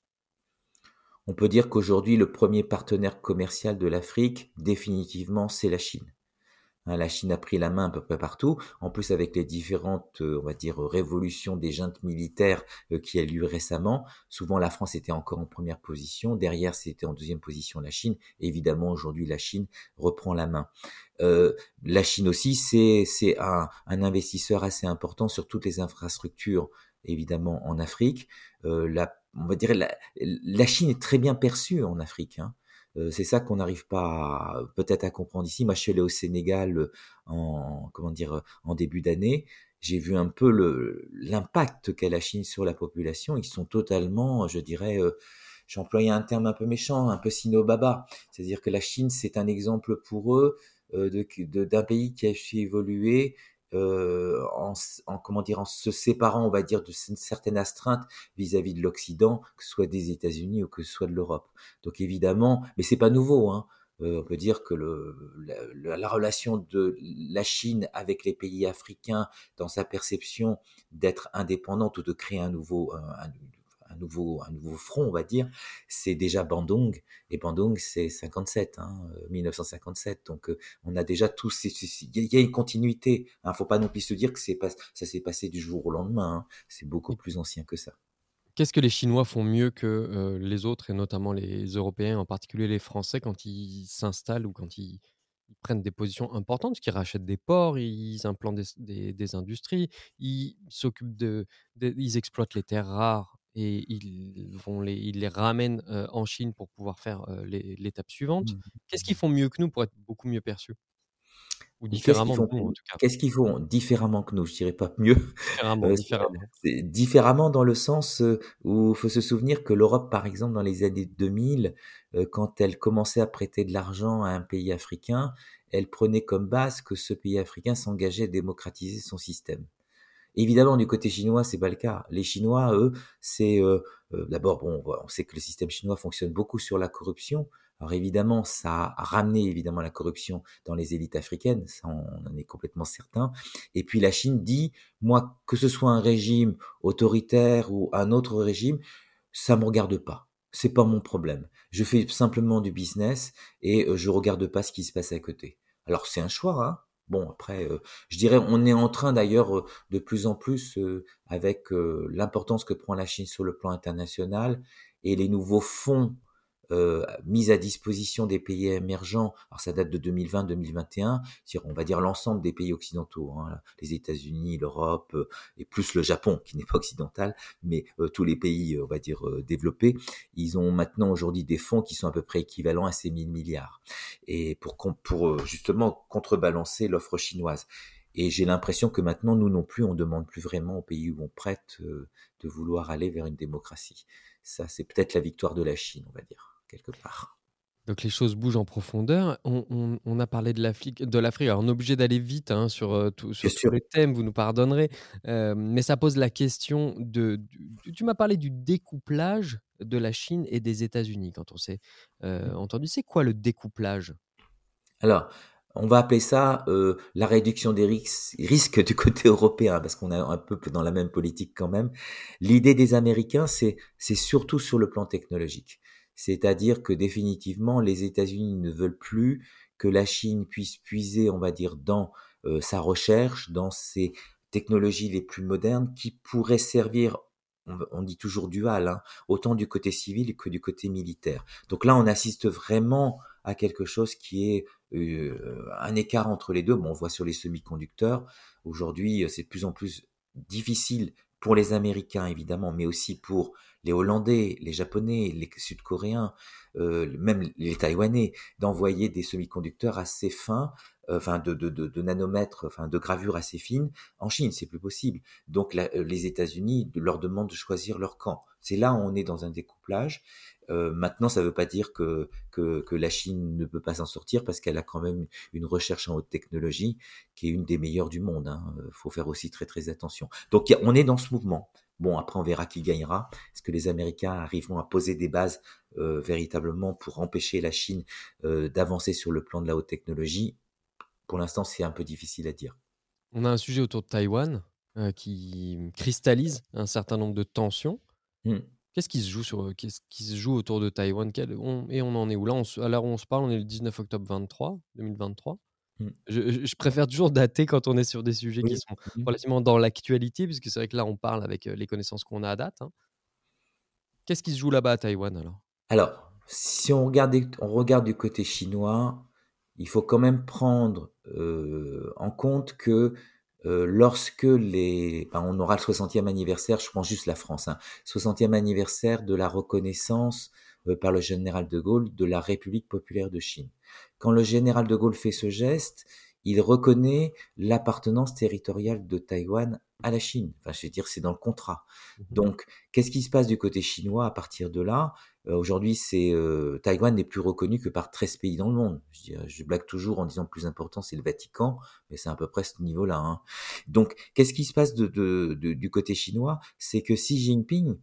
On peut dire qu'aujourd'hui, le premier partenaire commercial de l'Afrique, définitivement, c'est la Chine. Hein, la Chine a pris la main à peu près partout. En plus, avec les différentes, euh, on va dire, révolutions des juntes militaires euh, qui a eu récemment, souvent la France était encore en première position. Derrière, c'était en deuxième position la Chine. Et évidemment, aujourd'hui, la Chine reprend la main. Euh, la Chine aussi, c'est c'est un, un investisseur assez important sur toutes les infrastructures, évidemment, en Afrique. Euh, la, on va dire, la, la Chine est très bien perçue en Afrique. Hein. Euh, c'est ça qu'on n'arrive pas à- peut-être à comprendre ici. Moi, je suis allé au Sénégal euh, en comment dire euh, en début d'année. J'ai vu un peu le l'impact qu'a la Chine sur la population. Ils sont totalement, je dirais, euh, j'ai employé un terme un peu méchant, un peu sino-baba. C'est-à-dire que la Chine, c'est un exemple pour eux euh, de, de- d'un pays qui a su évoluer euh, en, en comment dire en se séparant, on va dire, de certaines astreintes vis-à-vis de l'Occident, que ce soit des États-Unis ou que ce soit de l'Europe. Donc évidemment, mais c'est pas nouveau, hein. Euh, on peut dire que le, la, la, relation de la Chine avec les pays africains dans sa perception d'être indépendante ou de créer un nouveau, un, un, un nouveau, un nouveau front, on va dire, c'est déjà Bandung. Et Bandung, c'est cinquante-sept, hein, mille neuf cent cinquante-sept. Donc, euh, on a déjà tous, il y a une continuité. Hein, faut pas non plus se dire que c'est pas, ça s'est passé du jour au lendemain. Hein, c'est beaucoup Et plus ancien que ça. qu'est-ce que les Chinois font mieux que euh, les autres, et notamment les Européens, en particulier les Français, quand ils s'installent ou quand ils, ils prennent des positions importantes, parce qu'ils rachètent des ports, ils implantent des, des- des industries, ils s'occupent de, de- ils exploitent les terres rares et ils vont les, ils les ramènent euh, en Chine pour pouvoir faire euh, les- l'étape suivante. Mmh. Qu'est-ce qu'ils font mieux que nous pour être beaucoup mieux perçus? Ou Ou qu'est-ce qu'ils différemment de font nous, en tout cas. qu'est-ce qu'ils font différemment que nous? Je dirais pas mieux. Différemment, Heu, différemment. c'est différemment dans le sens, heu, où faut se souvenir que l'Europe, par exemple, dans les années deux mille, heu, quand elle commençait à prêter de l'argent à un pays africain, elle prenait comme base que ce pays africain s'engageait à démocratiser son système. Évidemment, du côté chinois, c'est pas le cas. Les Chinois, eux, c'est euh, euh, d'abord bon, on voit- on sait que le système chinois fonctionne beaucoup sur la corruption. Alors évidemment, ça a ramené évidemment la corruption dans les élites africaines, ça on en est complètement certain. Et puis la Chine dit, moi, que ce soit un régime autoritaire ou un autre régime, ça me regarde pas. C'est pas mon problème. Je fais simplement du business et euh, je regarde pas ce qui se passe à côté. Alors c'est un choix, hein. Bon après, euh, je dirais, on est en train d'ailleurs euh, de plus en plus euh, avec euh, l'importance que prend la Chine sur le plan international et les nouveaux fonds euh, mis à disposition des pays émergents. Alors ça date de deux mille vingt, deux mille vingt et un, c'est-à-dire on va dire l'ensemble des pays occidentaux, hein, les États-Unis, l'Europe euh, et plus le Japon qui n'est pas occidental, mais euh, tous les pays, euh, on va dire euh, développés, ils ont maintenant aujourd'hui des fonds qui sont à peu près équivalents à ces mille milliards et pour pour euh, justement contrebalancer l'offre chinoise. Et j'ai l'impression que maintenant, nous non plus, on demande plus vraiment aux pays où on prête euh, de vouloir aller vers une démocratie. Ça, c'est peut-être la victoire de la Chine, on va dire, quelque part. Donc les choses bougent en profondeur. On, on- on a parlé de l'Afrique, de l'Afrique. Alors on est obligé d'aller vite hein, sur, euh, tout- Bien sur tous sûr. les thèmes, vous nous pardonnerez. Euh, mais ça pose la question de... du- tu m'as parlé du découplage de la Chine et des États-Unis quand on s'est euh, entendu. C'est quoi le découplage? Alors, on va appeler ça euh, la réduction des ris- risques du côté européen, parce qu'on est un peu dans la même politique quand même. L'idée des Américains, c'est c'est surtout sur le plan technologique. C'est-à-dire que définitivement, les États-Unis ne veulent plus que la Chine puisse puiser, on va dire, dans euh, sa recherche, dans ses technologies les plus modernes, qui pourraient servir, on, on dit toujours dual, hein, autant du côté civil que du côté militaire. Donc là, on assiste vraiment à quelque chose qui est euh, un écart entre les deux. Bon, on voit sur les semi-conducteurs, aujourd'hui, c'est de plus en plus difficile pour les Américains évidemment, mais aussi pour les Hollandais, les Japonais, les Sud-Coréens, euh, même les Taïwanais, d'envoyer des semi-conducteurs assez fins, euh, enfin de, de, de, de nanomètres, enfin de gravures assez fines en Chine. C'est plus possible. Donc la, euh, les États-Unis leur demandent de choisir leur camp. C'est là où on est dans un découplage. Euh, maintenant, ça ne veut pas dire que, que, que la Chine ne peut pas s'en sortir parce qu'elle a quand même une recherche en haute technologie qui est une des meilleures du monde. Hein. Il faut faire aussi très très attention. Donc y a, on est dans ce mouvement. Bon, après on verra qui gagnera. Est-ce que les Américains arriveront à poser des bases euh, véritablement pour empêcher la Chine euh, d'avancer sur le plan de la haute technologie? Pour l'instant, c'est un peu difficile à dire. On a un sujet autour de Taïwan euh, qui cristallise un certain nombre de tensions. Hmm. Qu'est-ce qui se joue sur, qu'est-ce qui se joue autour de Taïwan? Quel- on- et on en est où là? On se- à l'heure où on se parle, on est le dix-neuf octobre vingt-trois, deux mille vingt-trois. Hmm. Je, je- je préfère toujours dater quand on est sur des sujets qui Oui. sont Hmm. relativement dans l'actualité, puisque c'est vrai que là, on parle avec euh, les connaissances qu'on a à date, hein. Qu'est-ce qui se joue là-bas à Taïwan alors? Alors, si on regarde, on regarde du côté chinois, il faut quand même prendre euh, en compte que euh, lorsque les, ben, on aura le soixantième anniversaire, je prends juste la France, hein, soixantième anniversaire de la reconnaissance euh, par le général de Gaulle de la République populaire de Chine. Quand le général de Gaulle fait ce geste, il reconnaît l'appartenance territoriale de Taïwan à la Chine. Enfin, je veux dire, c'est dans le contrat. Mhm. Donc, qu'est-ce qui se passe du côté chinois à partir de là? Euh, Aujourd'hui, c'est euh, Taïwan n'est plus reconnu que par treize pays dans le monde. Je, dirais, je blague toujours en disant le plus important, c'est le Vatican, mais c'est à peu près ce niveau-là. Hein. Donc, qu'est-ce qui se passe de, de, de, du côté chinois? C'est que Xi Jinping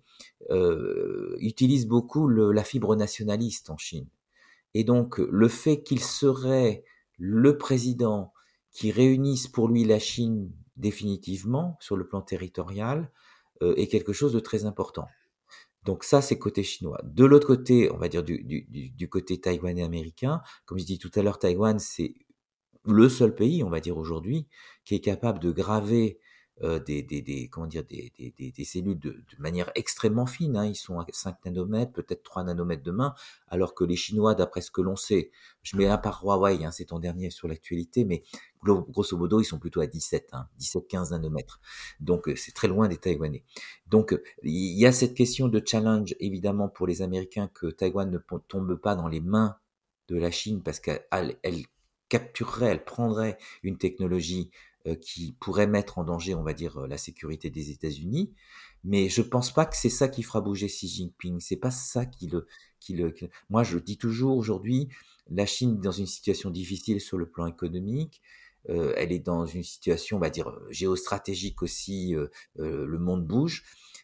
euh, utilise beaucoup le, la fibre nationaliste en Chine. Et donc, le fait qu'il serait le président qui réunisse pour lui la Chine définitivement sur le plan territorial euh, est quelque chose de très important. Donc ça, c'est côté chinois. De l'autre côté, on va dire du, du, du, du côté taïwanais américain, comme je dis tout à l'heure, Taïwan, c'est le seul pays, on va dire aujourd'hui, qui est capable de graver euh, des, des, des, comment dire, des, des, des, des cellules de, de manière extrêmement fine. Hein. Ils sont à cinq nanomètres, peut-être trois nanomètres demain, alors que les Chinois, d'après ce que l'on sait, je mets un par Huawei, hein, c'est ton dernier sur l'actualité, mais grosso modo, ils sont plutôt à dix-sept, hein, dix-sept quinze nanomètres. Donc, c'est très loin des Taïwanais. Donc, il y a cette question de challenge, évidemment, pour les Américains, que Taïwan ne tombe pas dans les mains de la Chine, parce qu'elle elle capturerait, elle prendrait une technologie euh, qui pourrait mettre en danger, on va dire, la sécurité des États-Unis. Mais je pense pas que c'est ça qui fera bouger Xi Jinping. C'est pas ça qui le, qui le. Qui... Moi, je dis toujours aujourd'hui, la Chine est dans une situation difficile sur le plan économique. Euh, elle est dans une situation, on va dire, géostratégique aussi. Euh, euh, le monde bouge.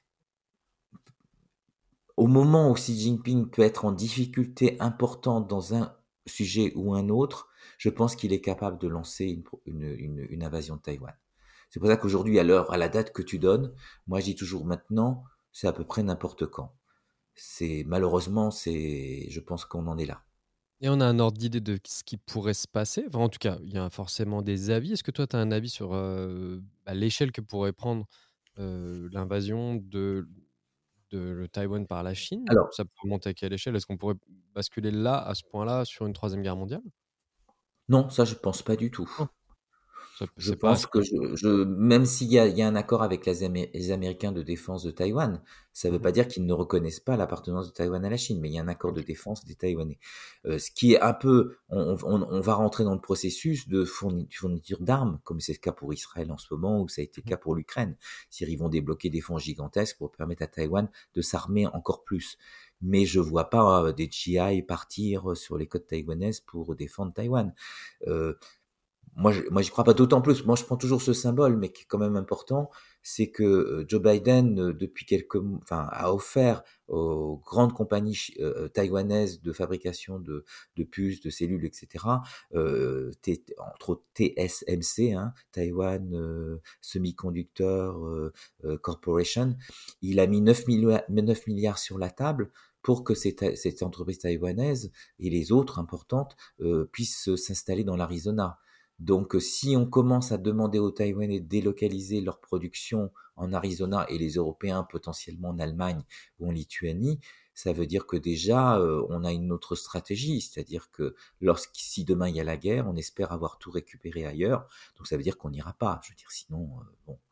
Au moment où Xi Jinping peut être en difficulté importante dans un sujet ou un autre, je pense qu'il est capable de lancer une, une, une, une invasion de Taïwan. C'est pour ça qu'aujourd'hui, à l'heure, à la date que tu donnes, moi je dis toujours maintenant, c'est à peu près n'importe quand. C'est malheureusement, c'est, je pense qu'on en est là. Et on a un ordre d'idée de ce qui pourrait se passer. Enfin, en tout cas, il y a forcément des avis. Est-ce que toi, tu as un avis sur euh, bah, l'échelle que pourrait prendre euh, l'invasion de, de le Taïwan par la Chine? Alors, Ça pourrait monter à quelle échelle? Est-ce qu'on pourrait basculer là, à ce point-là, sur une troisième guerre mondiale? non, ça je pense pas du tout. Non, ça- Je c'est pas à ce pense que point. je, je même s'il y a, il y a un accord avec les, Amé- les Américains de défense de Taïwan, ça ne veut Mhm. pas dire qu'ils ne reconnaissent pas l'appartenance de Taïwan à la Chine, mais il y a un accord de Ok. défense des Taïwanais. Euh, ce qui est un peu, on, on, on va rentrer dans le processus de fourni- fourniture d'armes, comme c'est le cas pour Israël en ce moment, ou ça a été le Mhm. cas pour l'Ukraine. C'est-à-dire, ils vont débloquer des fonds gigantesques pour permettre à Taïwan de s'armer encore plus. Mais je vois pas euh, des G I partir sur les côtes taïwanaises pour défendre Taïwan. Euh, moi, je, moi, j'y crois pas d'autant plus. Moi, je prends toujours ce symbole, mais qui est quand même important, c'est que euh, Joe Biden, euh, depuis quelques, mois, enfin, a offert aux grandes compagnies euh, taïwanaises de fabrication de, de puces, de cellules, et cetera, euh, T, entre autres T S M C, hein, Taiwan euh, Semiconductor euh, euh, Corporation, il a mis neuf milliards, neuf milliards sur la table pour que cette, cette entreprise taïwanaise et les autres importantes euh, puissent s'installer dans l'Arizona. Donc, si on commence à demander aux Taïwanais de délocaliser leur production en Arizona et les Européens potentiellement en Allemagne ou en Lituanie, ça veut dire que déjà, euh, on a une autre stratégie. C'est-à-dire que lorsque, si demain il y a la guerre, on espère avoir tout récupéré ailleurs. Donc, ça veut dire qu'on n'ira pas. Je veux dire, sinon, euh, bon.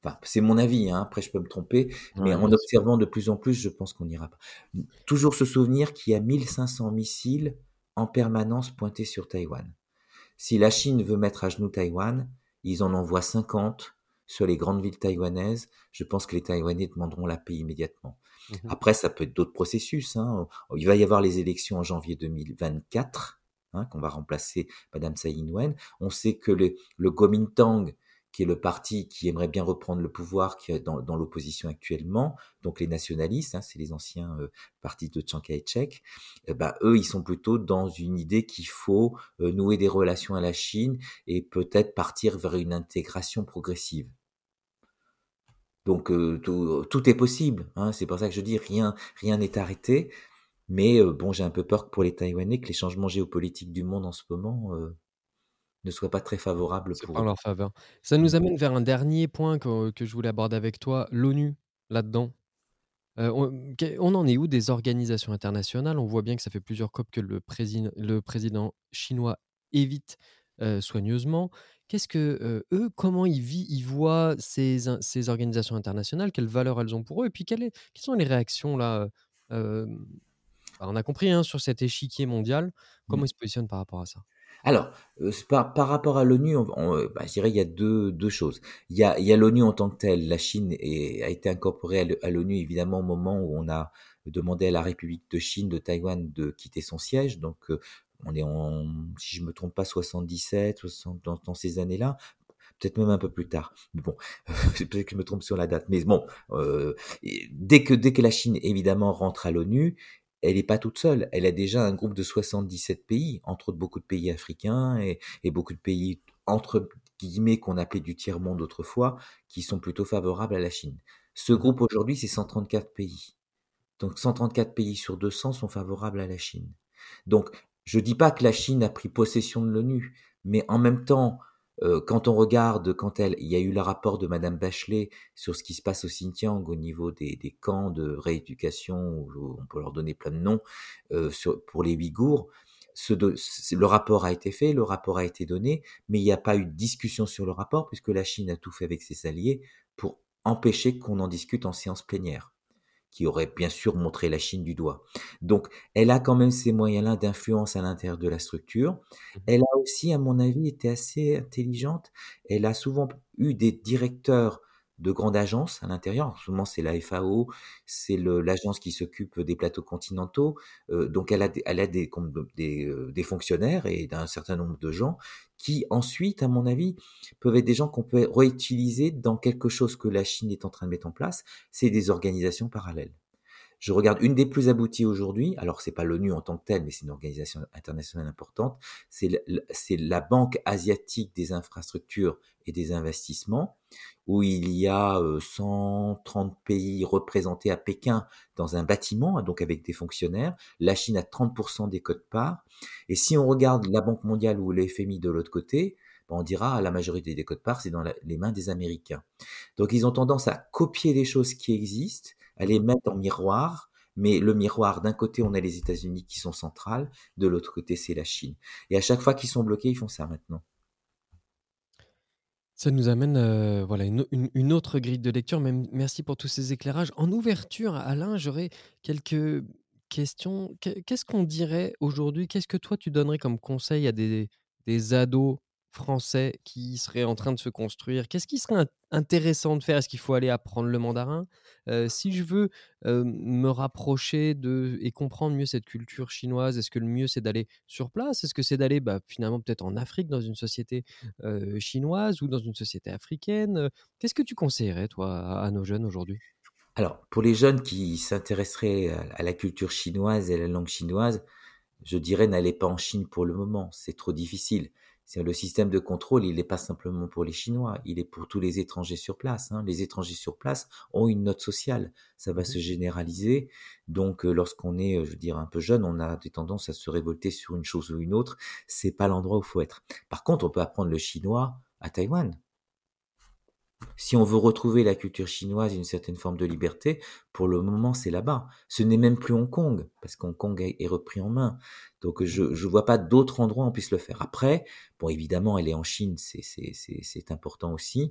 Enfin, c'est mon avis, hein, après je peux me tromper, mais Ouais, en bien sûr. observant de plus en plus, je pense qu'on n'ira pas. Toujours se souvenir qu'il y a mille cinq cents missiles en permanence pointés sur Taïwan. Si la Chine veut mettre à genoux Taïwan, ils en envoient cinquante sur les grandes villes taïwanaises. Je pense que les Taïwanais demanderont la paix immédiatement. Mmh. Après, ça peut être d'autres processus, hein. Il va y avoir les élections en janvier deux mille vingt-quatre, hein, qu'on va remplacer Madame Tsai Ing-wen. On sait que le, le Kuomintang, qui est le parti qui aimerait bien reprendre le pouvoir, qui est dans, dans l'opposition actuellement, donc les nationalistes, hein, c'est les anciens euh, partis de Chiang Kai-shek, eh ben, eux, ils sont plutôt dans une idée qu'il faut euh, nouer des relations à la Chine et peut-être partir vers une intégration progressive. Donc euh, tout, tout est possible, hein, c'est pour ça que je dis rien rien n'est arrêté, mais euh, bon, j'ai un peu peur que pour les Taïwanais que les changements géopolitiques du monde en ce moment euh, ne soient pas très favorables C'est pour pas en eux. leur faveur. Ça Mm. nous amène vers un dernier point que que je voulais aborder avec toi, l'ONU, là-dedans. Heu, on qué on en est où des organisations internationales? On voit bien que ça fait plusieurs COP que le président le président chinois évite, heu, soigneusement. Qu'est-ce que, heu, eux, comment ils vi ils voient ces in ces organisations internationales? Quelles valeurs elles ont pour eux? Et puis quelle est quelles sont les réactions là, heu, bah, on a compris, hein, sur cet échiquier mondial, comment Mm. ils se positionnent par rapport à ça? Alors, euh, par, par rapport à l'ONU, on, on, euh, bah, je dirais il y a deux, deux choses. Il y a, il y a l'ONU en tant que telle. La Chine est- a été incorporée à l- à l'ONU évidemment au moment où on a demandé à la République de Chine de Taïwan de quitter son siège. Donc, euh, on est en, si je me trompe pas, soixante-dix-sept, soixante, dans, dans ces années-là, peut-être même un peu plus tard. Mais bon, peut-être que je me trompe sur la date. Mais bon, euh, et dès que dès que la Chine évidemment rentre à l'ONU, elle n'est pas toute seule. Elle a déjà un groupe de soixante-dix-sept pays, entre autres beaucoup de pays africains et, et beaucoup de pays entre guillemets qu'on appelait du tiers monde autrefois, qui sont plutôt favorables à la Chine. Ce Mmh. groupe aujourd'hui, c'est cent trente-quatre pays. Donc cent trente-quatre pays sur deux cents sont favorables à la Chine. Donc je dis pas que la Chine a pris possession de l'ONU, mais en même temps, euh, quand on regarde, quand elle, il y a eu le rapport de Madame Bachelet sur ce qui se passe au Xinjiang au niveau des, des camps de rééducation, où on peut leur donner plein de noms, euh, sur, pour les Ouïghours, ce de, le rapport a été fait, le rapport a été donné, mais il n'y a pas eu de discussion sur le rapport puisque la Chine a tout fait avec ses alliés pour empêcher qu'on en discute en séance plénière qui aurait bien sûr montré la Chine du doigt. Donc, elle a quand même ces moyens-là d'influence à l'intérieur de la structure. Mmh. Elle a aussi, à mon avis, été assez intelligente. Elle a souvent eu des directeurs de grandes agences à l'intérieur. En ce moment, c'est la F A O, c'est le- l'agence qui s'occupe des plateaux continentaux. Euh, donc, elle a, des, elle a des, comme des, euh, des fonctionnaires et d'un certain nombre de gens qui, ensuite, à mon avis, peuvent être des gens qu'on peut réutiliser dans quelque chose que la Chine est en train de mettre en place, c'est des organisations parallèles. Je regarde une des plus abouties aujourd'hui, alors c'est pas l'ONU en tant que telle, mais c'est une organisation internationale importante, c'est le- c'est la Banque asiatique des infrastructures et des investissements, où il y a euh, cent trente pays représentés à Pékin dans un bâtiment, donc avec des fonctionnaires. La Chine a trente pour cent des cotes-parts. Et si on regarde la Banque mondiale ou le F M I de l'autre côté, ben, on dira la majorité des cotes-parts, c'est dans la- les mains des Américains. Donc ils ont tendance à copier les choses qui existent, à les Mmh. mettre en miroir, mais le miroir, d'un côté, on a les États-Unis qui sont centrales, de l'autre côté, c'est la Chine. Et à chaque fois qu'ils sont bloqués, ils font ça maintenant. Ça nous amène, heu, voilà, une au une une autre grille de lecture. Même merci pour tous ces éclairages. En ouverture, Alain, j'aurais quelques questions. Qu'est qu'est-ce qu'on dirait aujourd'hui? Qu'est-ce que toi tu donnerais comme conseil à des des ados français qui seraient en train de se construire? Qu'est-ce qui serait int intéressant de faire? Est-ce qu'il faut aller apprendre le mandarin? Heu, si je veux, heu, me rapprocher de et comprendre mieux cette culture chinoise, est-ce que le mieux c'est d'aller sur place? Est-ce que c'est d'aller, bah, finalement peut-être en Afrique dans une société heu, chinoise ou dans une société africaine, heu, qu'est-ce que tu conseillerais toi à à nos jeunes aujourd'hui? Alors, pour les jeunes qui s'intéresseraient à à la culture chinoise et à la langue chinoise, je dirais n'allez pas en Chine pour le moment, c'est trop difficile. C'est le système de contrôle, il n'est pas simplement pour les Chinois, il est pour tous les étrangers sur place, hein. Les étrangers sur place ont une note sociale, ça va Mmh mh. se généraliser. Donc, euh, lorsqu'on est, euh, je veux dire, un peu jeune, on a des tendances à se révolter sur une chose ou une autre. C'est pas l'endroit où il faut être. Par contre, on peut apprendre le chinois à Taïwan. Si on veut retrouver la culture chinoise et une certaine forme de liberté, pour le moment, c'est là-bas. Ce n'est même plus Hong Kong, parce qu'Hong Kong est, est repris en main. Donc, Mmh. je ne vois pas d'autres endroits où on puisse le faire. Après, bon, évidemment, elle est en Chine, c'est c'est- c'est- c'est important aussi,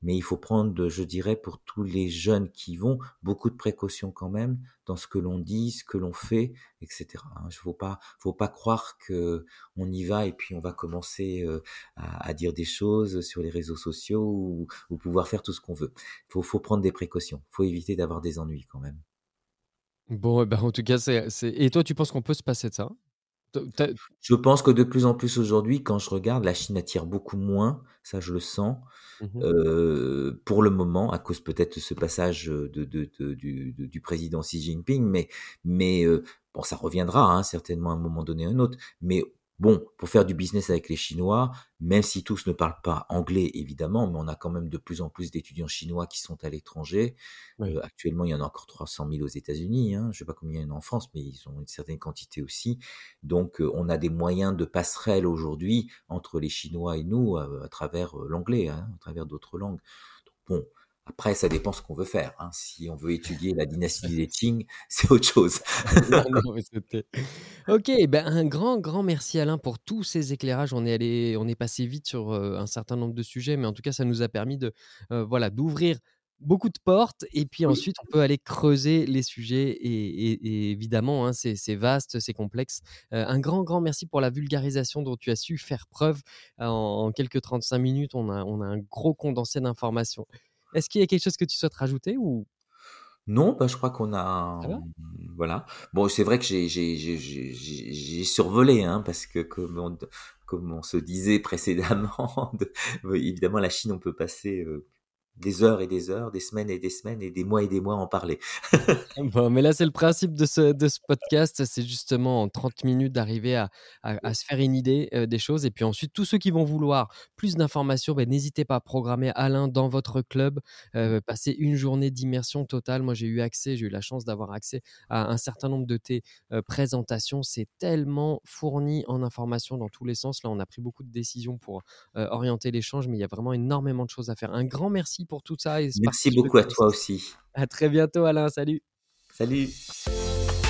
mais il faut prendre, je dirais, pour tous les jeunes qui y vont, beaucoup de précautions quand même dans ce que l'on dit, ce que l'on fait, et cetera, hein. Il faut pas faut pas croire qu'on y va et puis on va commencer, heu, à à dire des choses sur les réseaux sociaux ou ou pouvoir faire tout ce qu'on veut. Faut faut prendre des précautions, faut éviter d'avoir des ennuis quand même. Bon, et ben, en tout cas, c'est c'est et toi, tu penses qu'on peut se passer de ça? Te tu Je pense que de plus en plus aujourd'hui, quand je regarde, la Chine attire beaucoup moins, ça je le sens, Mmh. heu, pour le moment, à cause peut-être de ce passage, heu, de de de du de du président Xi Jinping, mais mais heu, bon, ça reviendra, hein, certainement à un moment donné ou un autre. Mais bon, pour faire du business avec les Chinois, même si tous ne parlent pas anglais évidemment, mais on a quand même de plus en plus d'étudiants chinois qui sont à l'étranger. Oui. Heu, actuellement, il y en a encore trois cent mille aux États-Unis, hein, je sais pas combien il y en a en France, mais ils ont une certaine quantité aussi. Donc, heu, on a des moyens de passerelle aujourd'hui entre les Chinois et nous, heu, à travers, heu, l'anglais, hein, à travers d'autres langues. Donc bon, après ça dépend ce qu'on veut faire, hein. Si on veut étudier la dynastie des Qing, c'est autre chose. Non, non, mais c'était OK, ben, un grand, grand merci Alain pour tous ces éclairages. On est allé on est passé vite sur, heu, un certain nombre de sujets, mais en tout cas, ça nous a permis de, heu, voilà, d'ouvrir beaucoup de portes et puis Oui. ensuite on peut aller creuser les sujets et et et évidemment, hein, c'est c'est vaste, c'est complexe. Heu, un grand, grand merci pour la vulgarisation dont tu as su faire preuve. En en quelques trente-cinq minutes, on a on a un gros condensé d'informations. Est-ce qu'il y a quelque chose que tu souhaites rajouter ou Non, bah, je crois qu'on a, ça va? mmh, voilà. Bon, c'est vrai que j'ai j'ai j'ai j'ai j'ai j'ai survolé, hein, parce que comme on comme on se disait précédemment, de oui, évidemment, la Chine, on peut passer, heu, des heures et des heures, des semaines et des semaines et des mois et des mois à en parler. Bon, mais là, c'est le principe de ce de ce podcast, c'est justement en trente minutes d'arriver à à à se faire une idée, heu, des choses et puis ensuite tous ceux qui vont vouloir plus d'informations, beh, n'hésitez pas à programmer Alain dans votre club, heu, passer une journée d'immersion totale. Moi, j'ai eu accès, j'ai eu la chance d'avoir accès à un certain nombre de tes, heu, présentations. C'est tellement fourni en informations dans tous les sens. Là, on a pris beaucoup de décisions pour, heu, orienter l'échange, mais il y a vraiment énormément de choses à faire. Un grand merci pour tout ça et ce Merci partage de beaucoup à toi connaissances. aussi. À très bientôt Alain, salut. Salut.